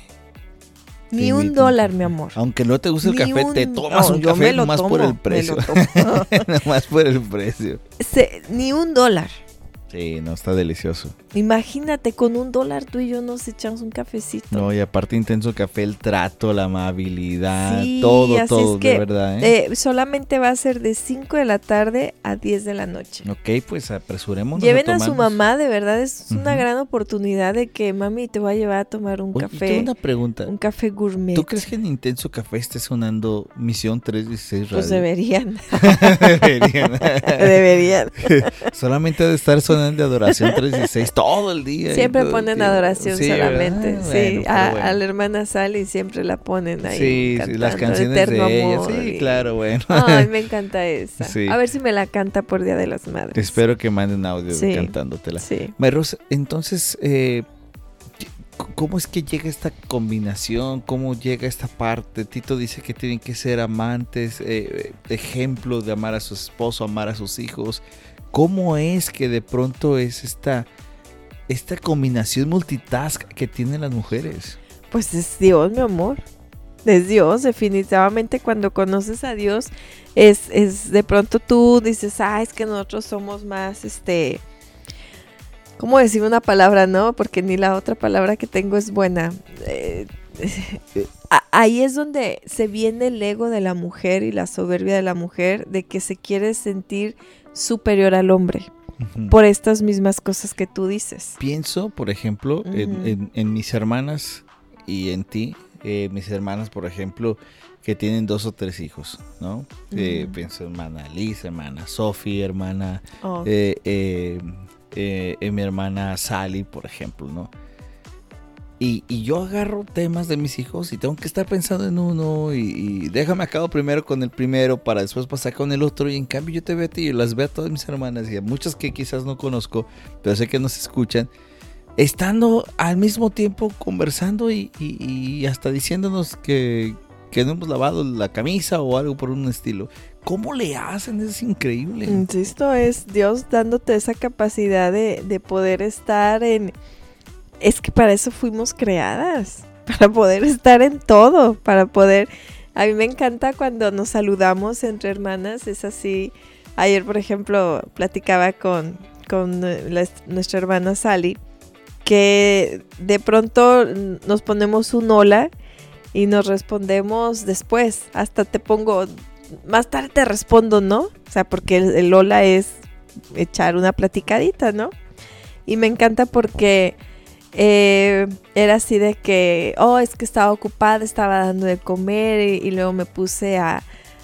Ni $1, mi amor. Aunque no te guste el café, te tomas un café nomás por el precio. Nomás por el precio. Ni $1. Sí, no, está delicioso. Imagínate, con $1 tú y yo nos echamos un cafecito. No, y aparte Intenso Café, el trato, la amabilidad, todo, es que, de verdad. Solamente va a ser de 5 de la tarde a 10 de la noche. Ok, pues apresurémonos. Lleven a su mamá, de verdad, es una gran oportunidad de que mami te va a llevar a tomar un café. Tengo una pregunta. Un café gourmet. ¿Tú crees que en Intenso Café esté sonando Misión 316 Radio? Pues deberían. Deberían. Solamente ha de estar sonando de Adoración 316 todo el día. Siempre ponen Adoración solamente. Sí, bueno, a la hermana Sally siempre la ponen ahí. Sí, las canciones de ella. Sí, claro, bueno. Ay, me encanta esa. Sí. A ver si me la canta por Día de las Madres. Espero que manden audio cantándotela. Sí. Mayros, entonces, ¿cómo es que llega esta combinación? ¿Cómo llega esta parte? Tito dice que tienen que ser amantes, ejemplos de amar a su esposo, amar a sus hijos. ¿Cómo es que de pronto es esta combinación multitask que tienen las mujeres? Pues es Dios, mi amor. Es Dios, definitivamente. Cuando conoces a Dios, es de pronto tú dices, es que nosotros somos más, ¿cómo decir una palabra, no? Porque ni la otra palabra que tengo es buena. Ahí es donde se viene el ego de la mujer y la soberbia de la mujer, de que se quiere sentir superior al hombre por estas mismas cosas que tú dices. Pienso, por ejemplo, en mis hermanas y en ti. Mis hermanas, por ejemplo, que tienen 2 o 3 hijos, ¿no? Pienso en hermana Lisa, hermana Sophie, hermana mi hermana Sally, por ejemplo, ¿no? Y yo agarro temas de mis hijos y tengo que estar pensando en uno y déjame acabo primero con el primero para después pasar con el otro. Y en cambio yo te veo a ti y las veo a todas mis hermanas y a muchas que quizás no conozco, pero sé que nos escuchan. estando al mismo tiempo conversando y hasta diciéndonos que no hemos lavado la camisa o algo por un estilo. ¿Cómo le hacen? Es increíble. Insisto, es Dios dándote esa capacidad de poder estar en... Es que para eso fuimos creadas, para poder estar en todo, para poder... A mí me encanta cuando nos saludamos entre hermanas, es así. Ayer, por ejemplo, platicaba con nuestra hermana Sally, que de pronto nos ponemos un hola y nos respondemos después. Hasta te pongo, más tarde te respondo, ¿no? O sea, porque el hola es echar una platicadita, ¿no? Y me encanta porque era así de que, es que estaba ocupada, estaba dando de comer y luego me puse a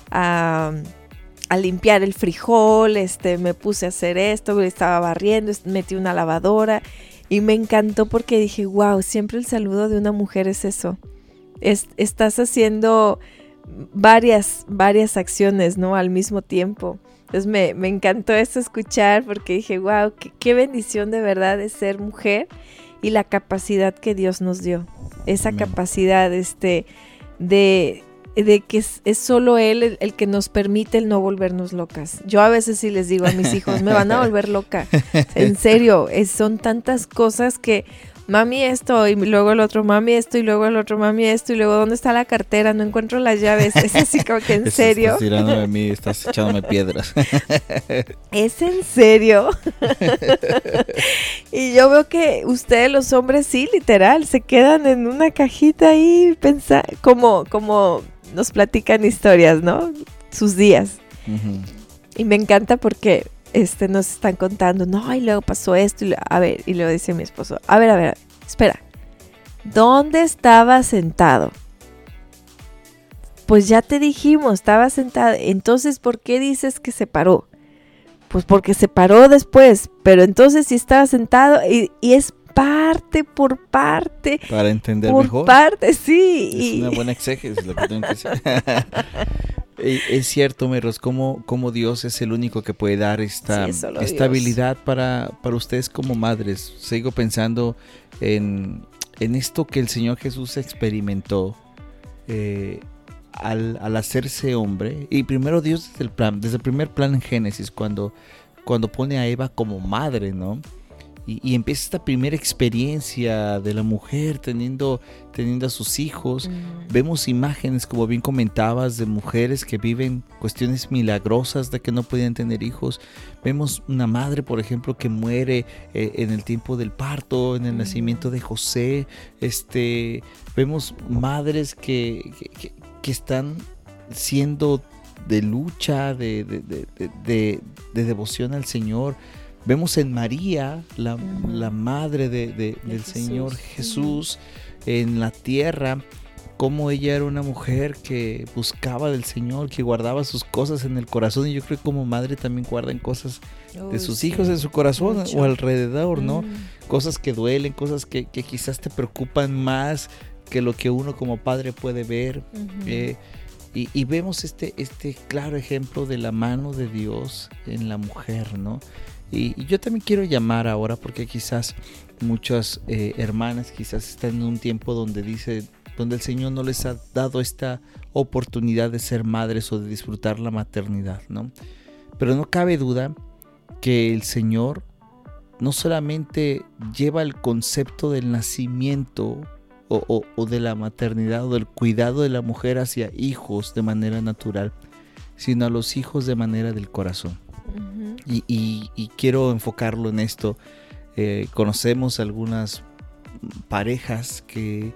limpiar el frijol, me puse a hacer esto, estaba barriendo, metí una lavadora y me encantó porque dije, wow, siempre el saludo de una mujer es eso. Estás haciendo varias acciones, ¿no? Al mismo tiempo. Entonces me encantó eso escuchar porque dije, wow, qué bendición de verdad es ser mujer y la capacidad que Dios nos dio. Esa Amén. Capacidad de que es solo Él el que nos permite el no volvernos locas. Yo a veces sí les digo a mis hijos, me van a volver loca. En serio, son tantas cosas que mami esto y luego el otro mami esto y luego el otro mami esto y luego ¿dónde está la cartera? No encuentro las llaves. Es así como que en serio. Estás tirándome a mí, estás echándome piedras. ¿Es en serio? Y yo veo que ustedes los hombres sí, literal, se quedan en una cajita ahí como nos platican historias, ¿no? Sus días. Uh-huh. Y me encanta porque nos están contando, no, y luego pasó esto, y luego dice mi esposo, a ver, espera, ¿dónde estaba sentado? Pues ya te dijimos, estaba sentado, entonces, ¿por qué dices que se paró? Pues porque se paró después, pero entonces sí estaba sentado, y es parte por parte. Para entender por mejor. Por parte, sí. Es una buena exégesis lo que tengo que decir. Es cierto, Merros, como Dios es el único que puede dar esta estabilidad para ustedes como madres. Sigo pensando en esto que el Señor Jesús experimentó al hacerse hombre. Y primero Dios desde el primer plan en Génesis, cuando pone a Eva como madre, ¿no? Y empieza esta primera experiencia de la mujer teniendo a sus hijos. Vemos imágenes, como bien comentabas, de mujeres que viven cuestiones milagrosas de que no podían tener hijos. Vemos una madre, por ejemplo, que muere en el tiempo del parto, en el nacimiento de José. Vemos madres que están siendo de lucha, de devoción al Señor. Vemos en María, la madre del Jesús, Señor Jesús, en la tierra, cómo ella era una mujer que buscaba del Señor, que guardaba sus cosas en el corazón. Y yo creo que como madre también guardan cosas de sus hijos en su corazón mucho. O alrededor, ¿no? Cosas que duelen, cosas que quizás te preocupan más que lo que uno como padre puede ver. Y vemos este claro ejemplo de la mano de Dios en la mujer, ¿no? Y yo también quiero llamar ahora, porque quizás muchas hermanas quizás están en un tiempo donde el Señor no les ha dado esta oportunidad de ser madres o de disfrutar la maternidad, ¿no? Pero no cabe duda que el Señor no solamente lleva el concepto del nacimiento o de la maternidad o del cuidado de la mujer hacia hijos de manera natural, sino a los hijos de manera del corazón. Y quiero enfocarlo en esto. Conocemos algunas parejas que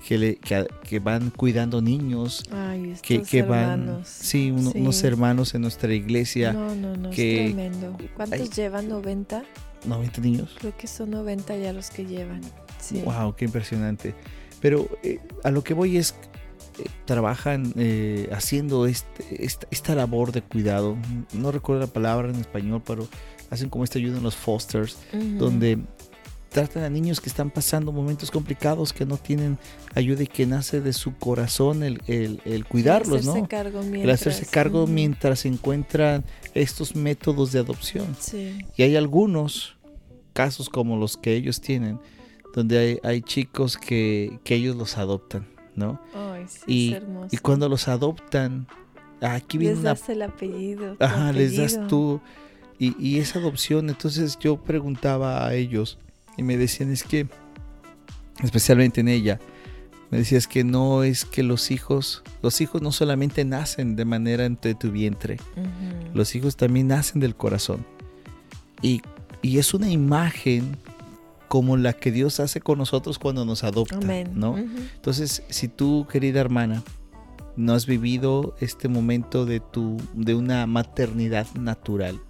van cuidando niños. Ay, que van, hermanos. Sí, unos hermanos en nuestra iglesia. No, que, es tremendo. ¿Cuántos llevan? ¿90? 90 niños. Creo que son 90 ya los que llevan. Sí. Wow, qué impresionante. Pero a lo que voy es trabajan haciendo esta labor de cuidado. No recuerdo la palabra en español, pero hacen como esta ayuda en los fosters, donde tratan a niños que están pasando momentos complicados, que no tienen ayuda y que nace de su corazón el cuidarlos, ¿no? El hacerse cargo mientras encuentran estos métodos de adopción. Sí. Y hay algunos casos como los que ellos tienen, donde hay chicos que ellos los adoptan, ¿no? Ay, sí, es hermoso. Y cuando los adoptan, aquí viene les das el apellido. Ajá, les das tú. Y esa adopción, entonces yo preguntaba a ellos y me decían, es que, especialmente en ella, me decía, es que no es que los hijos no solamente nacen de manera entre tu vientre, uh-huh. Los hijos también nacen del corazón. Y es una imagen como la que Dios hace con nosotros cuando nos adopta, Amén. ¿No? Uh-huh. Entonces, si tú, querida hermana, no has vivido este momento de una maternidad natural,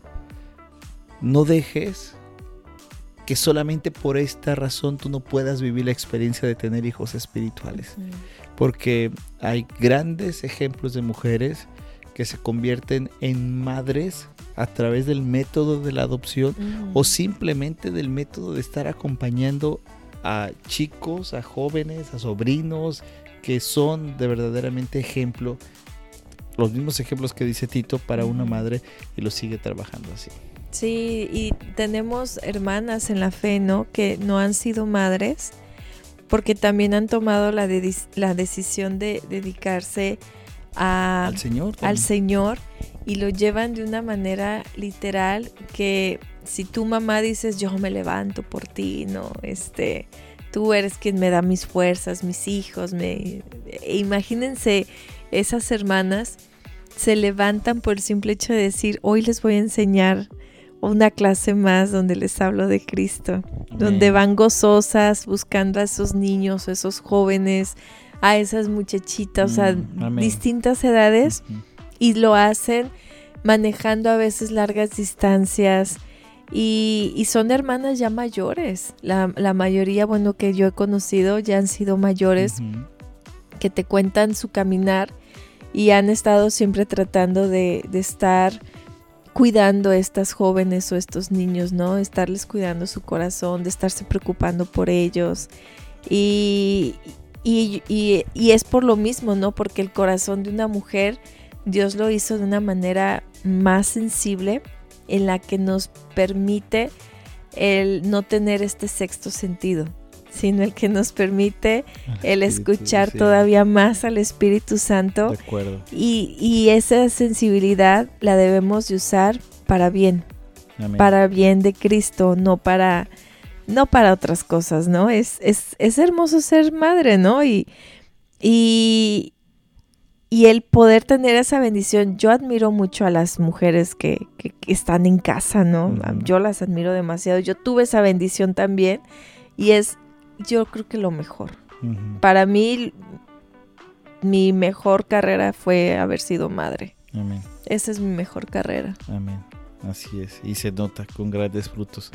no dejes que solamente por esta razón tú no puedas vivir la experiencia de tener hijos espirituales. Uh-huh. Porque hay grandes ejemplos de mujeres que se convierten en madres a través del método de la adopción, uh-huh. O simplemente del método de estar acompañando a chicos, a jóvenes, a sobrinos que son de verdaderamente ejemplo, los mismos ejemplos que dice Tito para una madre, y lo sigue trabajando así. Sí, y tenemos hermanas en la fe, ¿no? Que no han sido madres porque también han tomado la decisión de dedicarse al Señor y lo llevan de una manera literal, que si tu mamá dices yo me levanto por ti, ¿no? Tú eres quien me da mis fuerzas, mis hijos. Imagínense, esas hermanas se levantan por el simple hecho de decir, hoy les voy a enseñar una clase más donde les hablo de Cristo, donde van gozosas buscando a esos niños, a esos jóvenes, a esas muchachitas, a distintas edades, y lo hacen manejando a veces largas distancias, y son hermanas ya mayores. La mayoría, bueno, que yo he conocido ya han sido mayores, que te cuentan su caminar y han estado siempre tratando de estar cuidando a estas jóvenes o estos niños, ¿no? Estarles cuidando su corazón, de estarse preocupando por ellos. Y es por lo mismo, ¿no? Porque el corazón de una mujer, Dios lo hizo de una manera más sensible, en la que nos permite el no tener este sexto sentido, sino el que nos permite el escuchar todavía más al Espíritu Santo. De acuerdo. Y esa sensibilidad la debemos de usar para bien. Amén. Para bien de Cristo, no para otras cosas, ¿no? Es hermoso ser madre, ¿no? Y el poder tener esa bendición. Yo admiro mucho a las mujeres que están en casa, ¿no? Uh-huh. Yo las admiro demasiado. Yo tuve esa bendición también, y yo creo que lo mejor. Uh-huh. Para mí, mi mejor carrera fue haber sido madre. Amén. Esa es mi mejor carrera. Amén. Así es. Y se nota con grandes frutos.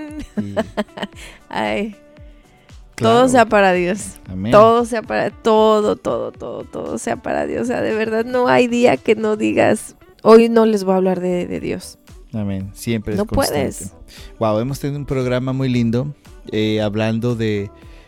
Ay. Claro. Todo sea para Dios. Amén. Todo sea para todo sea para Dios. O sea, de verdad no hay día que no digas, hoy no les voy a hablar de Dios. Amén. Siempre es no constante. Puedes. Wow, hemos tenido un programa muy lindo. Hablando de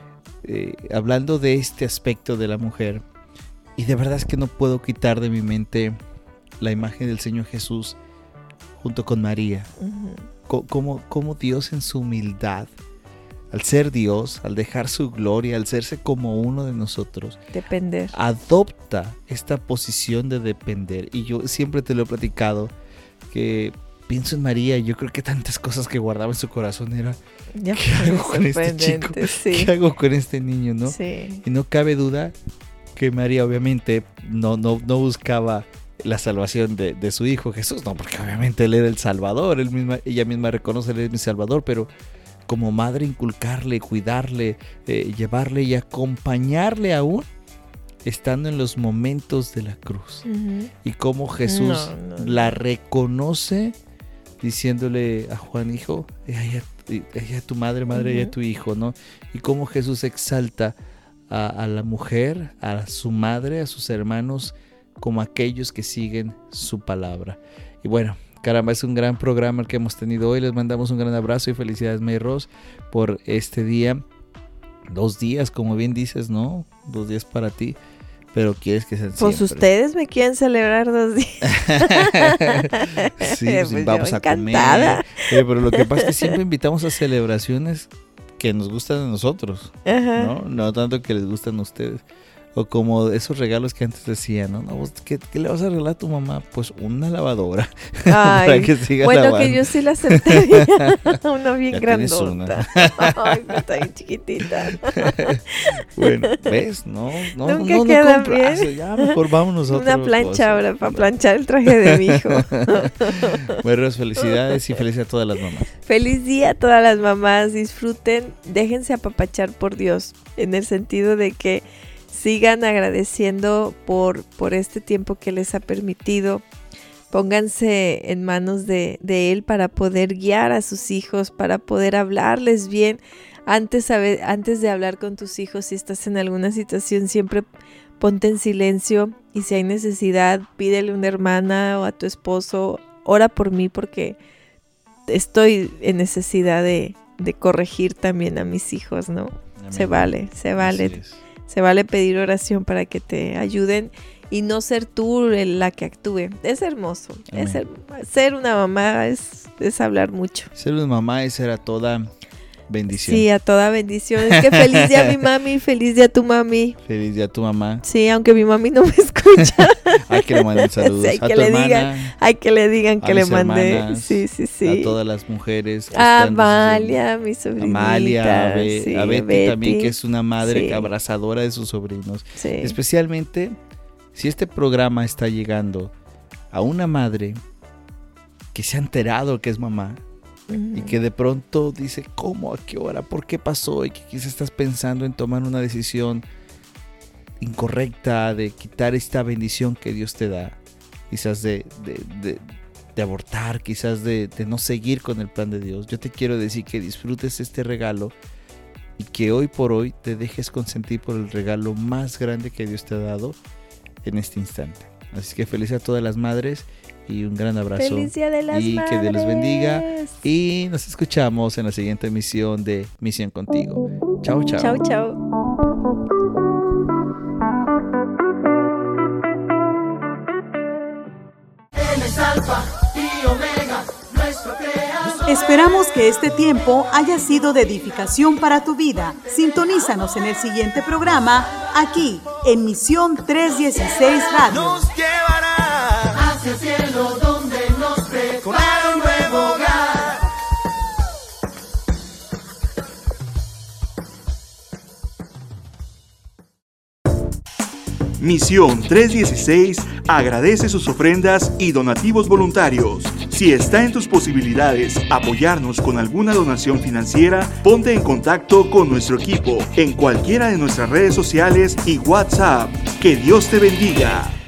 este aspecto de la mujer, y de verdad es que no puedo quitar de mi mente la imagen del Señor Jesús junto con María. Uh-huh. Como Dios en su humildad, al ser Dios, al dejar su gloria, al serse como uno de nosotros, depender, adopta esta posición de depender. Y yo siempre te lo he platicado, que pienso en María, y yo creo que tantas cosas que guardaba en su corazón era, ¿qué hago con este chico? Sí. ¿Qué hago con este niño? ¿No? Sí. Y no cabe duda que María obviamente no buscaba la salvación de su hijo Jesús, no, porque obviamente él era el Salvador, ella misma reconoce él es mi Salvador, pero como madre inculcarle, cuidarle, llevarle y acompañarle aún estando en los momentos de la cruz. Uh-huh. Y cómo Jesús la reconoce diciéndole a Juan, hijo, ella tu madre, uh-huh. Ella tu hijo, ¿no? Y cómo Jesús exalta a la mujer, a su madre, a sus hermanos, como aquellos que siguen su palabra. Y bueno, caramba, es un gran programa el que hemos tenido hoy. Les mandamos un gran abrazo y felicidades, May Ross, por este día. 2 días, como bien dices, ¿no? 2 días para ti, pero quieres que sean pues siempre. Ustedes me quieren celebrar 2 días. Sí, pues vamos a comer. Pero lo que pasa es que siempre invitamos a celebraciones que nos gustan a nosotros, Ajá. ¿no? No tanto que les gustan a ustedes. O como esos regalos que antes decían, ¿no? ¿Qué le vas a regalar a tu mamá? Pues una lavadora. Ay, para que siga bueno, lavando. que yo sí la aceptaría. Una bien Ya tienes grandota. una. Ay, pero está bien chiquitita. Bueno, ¿ves? No Nunca queda compras. bien. Ya mejor vamos nosotros. Una plancha ahora para planchar el traje de mi hijo. Bueno, felicidades y felicidades a todas las mamás. Feliz día a todas las mamás. Disfruten, déjense apapachar por Dios. En el sentido de que sigan agradeciendo por este tiempo que les ha permitido. Pónganse en manos de Él para poder guiar a sus hijos, para poder hablarles bien. Antes de hablar con tus hijos, si estás en alguna situación, siempre ponte en silencio. Y si hay necesidad, pídele a una hermana o a tu esposo. Ora por mí porque estoy en necesidad de corregir también a mis hijos, ¿no? Amén. Se vale. Así es. Se vale pedir oración para que te ayuden y no ser tú la que actúe. Es hermoso. Ser una mamá es hablar mucho. Ser una mamá es ser a toda bendición. Sí, a toda bendición. Es que feliz día a mi mami, feliz día a tu mami. Feliz día a tu mamá. Sí, aunque mi mami no me escucha. Hay que le manden saludos. Sí, hay a que tu le hermana, Hay que le digan que a le mis mandé. hermanas, Sí. a todas las mujeres. que A están Amalia, mi sobrinita. Amalia, sí, a Betty también, que es una madre Sí. abrazadora de sus sobrinos. Sí. Especialmente si este programa está llegando a una madre que se ha enterado que es mamá y que de pronto dice, ¿cómo? ¿A qué hora? ¿Por qué pasó? Y que quizás estás pensando en tomar una decisión incorrecta de quitar esta bendición que Dios te da. Quizás de abortar, quizás de no seguir con el plan de Dios. Yo te quiero decir que disfrutes este regalo y que hoy por hoy te dejes consentir por el regalo más grande que Dios te ha dado en este instante. Así que feliz a todas las madres y un gran abrazo. Feliz día de las y madres. que Dios les bendiga. Y nos escuchamos en la siguiente emisión de Misión Contigo. Chao, chao. Chao, chao. Esperamos que este tiempo haya sido de edificación para tu vida. Sintonízanos en el siguiente programa, aquí, en Misión 316 Radio. Nos llevará hacia el cielo donde nos prepara un nuevo hogar. Misión 316 agradece sus ofrendas y donativos voluntarios. Si está en tus posibilidades apoyarnos con alguna donación financiera, ponte en contacto con nuestro equipo en cualquiera de nuestras redes sociales y WhatsApp. Que Dios te bendiga.